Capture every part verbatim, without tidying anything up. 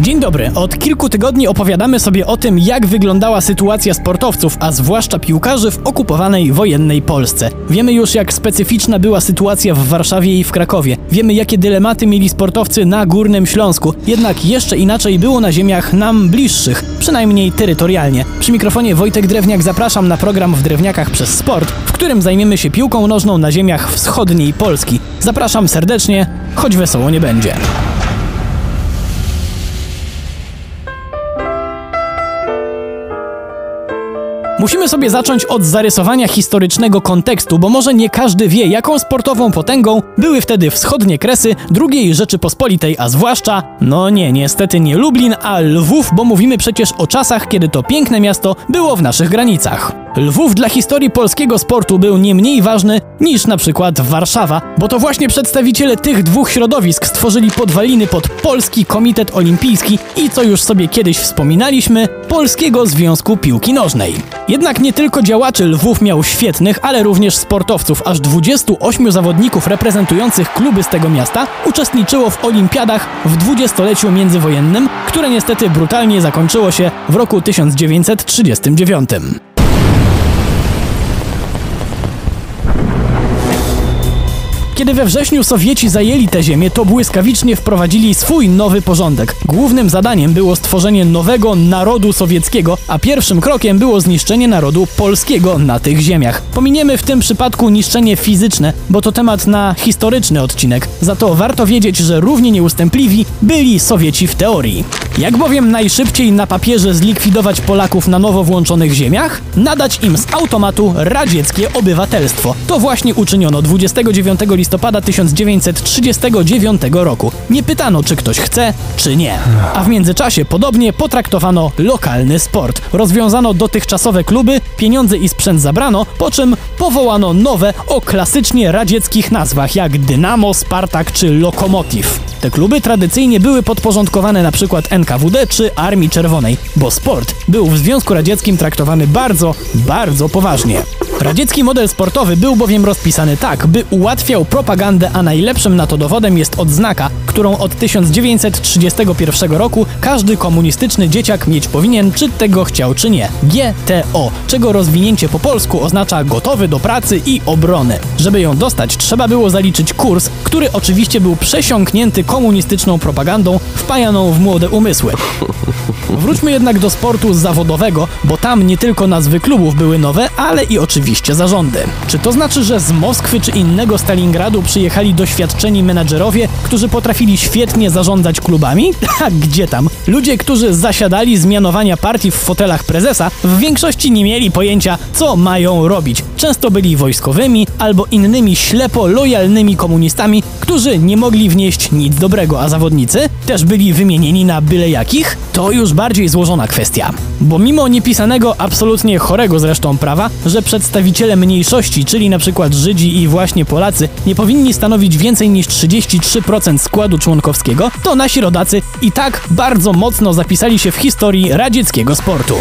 Dzień dobry. Od kilku tygodni opowiadamy sobie o tym, jak wyglądała sytuacja sportowców, a zwłaszcza piłkarzy w okupowanej wojennej Polsce. Wiemy już, jak specyficzna była sytuacja w Warszawie i w Krakowie. Wiemy, jakie dylematy mieli sportowcy na Górnym Śląsku. Jednak jeszcze inaczej było na ziemiach nam bliższych, przynajmniej terytorialnie. Przy mikrofonie Wojtek Drewniak, zapraszam na program W Drewniakach przez Sport, w którym zajmiemy się piłką nożną na ziemiach wschodniej Polski. Zapraszam serdecznie, choć wesoło nie będzie. Musimy sobie zacząć od zarysowania historycznego kontekstu, bo może nie każdy wie, jaką sportową potęgą były wtedy wschodnie Kresy drugiej Rzeczypospolitej, a zwłaszcza, no nie, niestety nie Lublin, a Lwów, bo mówimy przecież o czasach, kiedy to piękne miasto było w naszych granicach. Lwów dla historii polskiego sportu był nie mniej ważny niż na przykład Warszawa, bo to właśnie przedstawiciele tych dwóch środowisk stworzyli podwaliny pod Polski Komitet Olimpijski i, co już sobie kiedyś wspominaliśmy, Polskiego Związku Piłki Nożnej. Jednak nie tylko działaczy Lwów miał świetnych, ale również sportowców. Aż dwudziestu ośmiu zawodników reprezentujących kluby z tego miasta uczestniczyło w olimpiadach w dwudziestoleciu międzywojennym, które niestety brutalnie zakończyło się w roku tysiąc dziewięćset trzydziestym dziewiątym. Kiedy we wrześniu Sowieci zajęli tę ziemię, to błyskawicznie wprowadzili swój nowy porządek. Głównym zadaniem było stworzenie nowego narodu sowieckiego, a pierwszym krokiem było zniszczenie narodu polskiego na tych ziemiach. Pominiemy w tym przypadku niszczenie fizyczne, bo to temat na historyczny odcinek. Za to warto wiedzieć, że równie nieustępliwi byli Sowieci w teorii. Jak bowiem najszybciej na papierze zlikwidować Polaków na nowo włączonych ziemiach? Nadać im z automatu radzieckie obywatelstwo. To właśnie uczyniono dwudziestego dziewiątego listopada tysiąc dziewięćset trzydziestego dziewiątego roku. Nie pytano, czy ktoś chce, czy nie. A w międzyczasie podobnie potraktowano lokalny sport. Rozwiązano dotychczasowe kluby, pieniądze i sprzęt zabrano, po czym powołano nowe o klasycznie radzieckich nazwach, jak Dynamo, Spartak czy Lokomotiv. Te kluby tradycyjnie były podporządkowane na przykład N K W D czy Armii Czerwonej, bo sport był w Związku Radzieckim traktowany bardzo, bardzo poważnie. Radziecki model sportowy był bowiem rozpisany tak, by ułatwiał propagandę, a najlepszym na to dowodem jest odznaka, którą od tysiąc dziewięćset trzydziestego pierwszego roku każdy komunistyczny dzieciak mieć powinien, czy tego chciał, czy nie. G T O, czego rozwinięcie po polsku oznacza gotowy do pracy i obrony. Żeby ją dostać, trzeba było zaliczyć kurs, który oczywiście był przesiąknięty komunistyczną propagandą wpajaną w młode umysły. Wróćmy jednak do sportu zawodowego, bo tam nie tylko nazwy klubów były nowe, ale i oczywiście zarządy. Czy to znaczy, że z Moskwy czy innego Stalingradu przyjechali doświadczeni menadżerowie, którzy potrafili świetnie zarządzać klubami? A gdzie tam? Ludzie, którzy zasiadali z mianowania partii w fotelach prezesa, w większości nie mieli pojęcia, co mają robić. Często byli wojskowymi albo innymi ślepo lojalnymi komunistami, którzy nie mogli wnieść nic dobrego, a zawodnicy też byli wymienieni na byle jakich? To już bardziej złożona kwestia. Bo mimo niepisanego, absolutnie chorego zresztą prawa, że przedstawiciele mniejszości, czyli na przykład Żydzi i właśnie Polacy, nie powinni stanowić więcej niż trzydzieści trzy procent składu członkowskiego, to nasi rodacy i tak bardzo mocno zapisali się w historii radzieckiego sportu.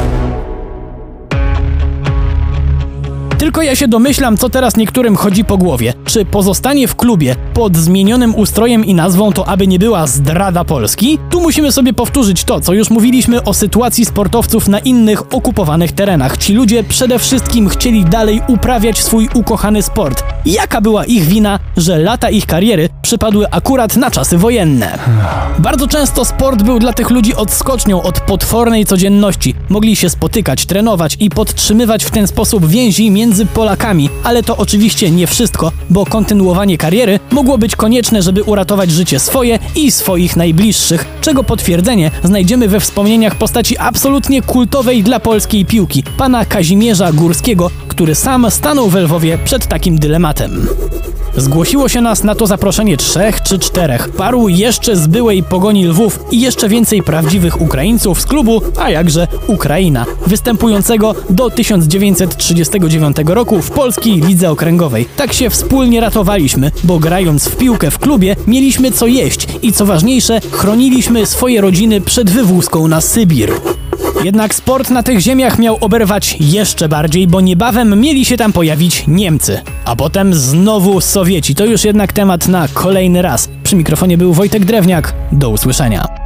Tylko ja się domyślam, co teraz niektórym chodzi po głowie. Czy pozostanie w klubie pod zmienionym ustrojem i nazwą to aby nie była zdrada Polski? Tu musimy sobie powtórzyć to, co już mówiliśmy o sytuacji sportowców na innych okupowanych terenach. Ci ludzie przede wszystkim chcieli dalej uprawiać swój ukochany sport. Jaka była ich wina, że lata ich kariery przypadły akurat na czasy wojenne? Bardzo często sport był dla tych ludzi odskocznią od potwornej codzienności. Mogli się spotykać, trenować i podtrzymywać w ten sposób więzi między między Polakami, ale to oczywiście nie wszystko, bo kontynuowanie kariery mogło być konieczne, żeby uratować życie swoje i swoich najbliższych, czego potwierdzenie znajdziemy we wspomnieniach postaci absolutnie kultowej dla polskiej piłki, pana Kazimierza Górskiego, który sam stanął w Lwowie przed takim dylematem. Zgłosiło się nas na to zaproszenie trzech czy czterech, paru jeszcze z byłej Pogoni Lwów i jeszcze więcej prawdziwych Ukraińców z klubu, a jakże Ukraina, występującego do tysiąc dziewięćset trzydziestego dziewiątego roku w polskiej lidze okręgowej. Tak się wspólnie ratowaliśmy, bo grając w piłkę w klubie mieliśmy co jeść i co ważniejsze, chroniliśmy swoje rodziny przed wywózką na Sybir. Jednak sport na tych ziemiach miał oberwać jeszcze bardziej, bo niebawem mieli się tam pojawić Niemcy. A potem znowu Sowieci. To już jednak temat na kolejny raz. Przy mikrofonie był Wojtek Drewniak. Do usłyszenia.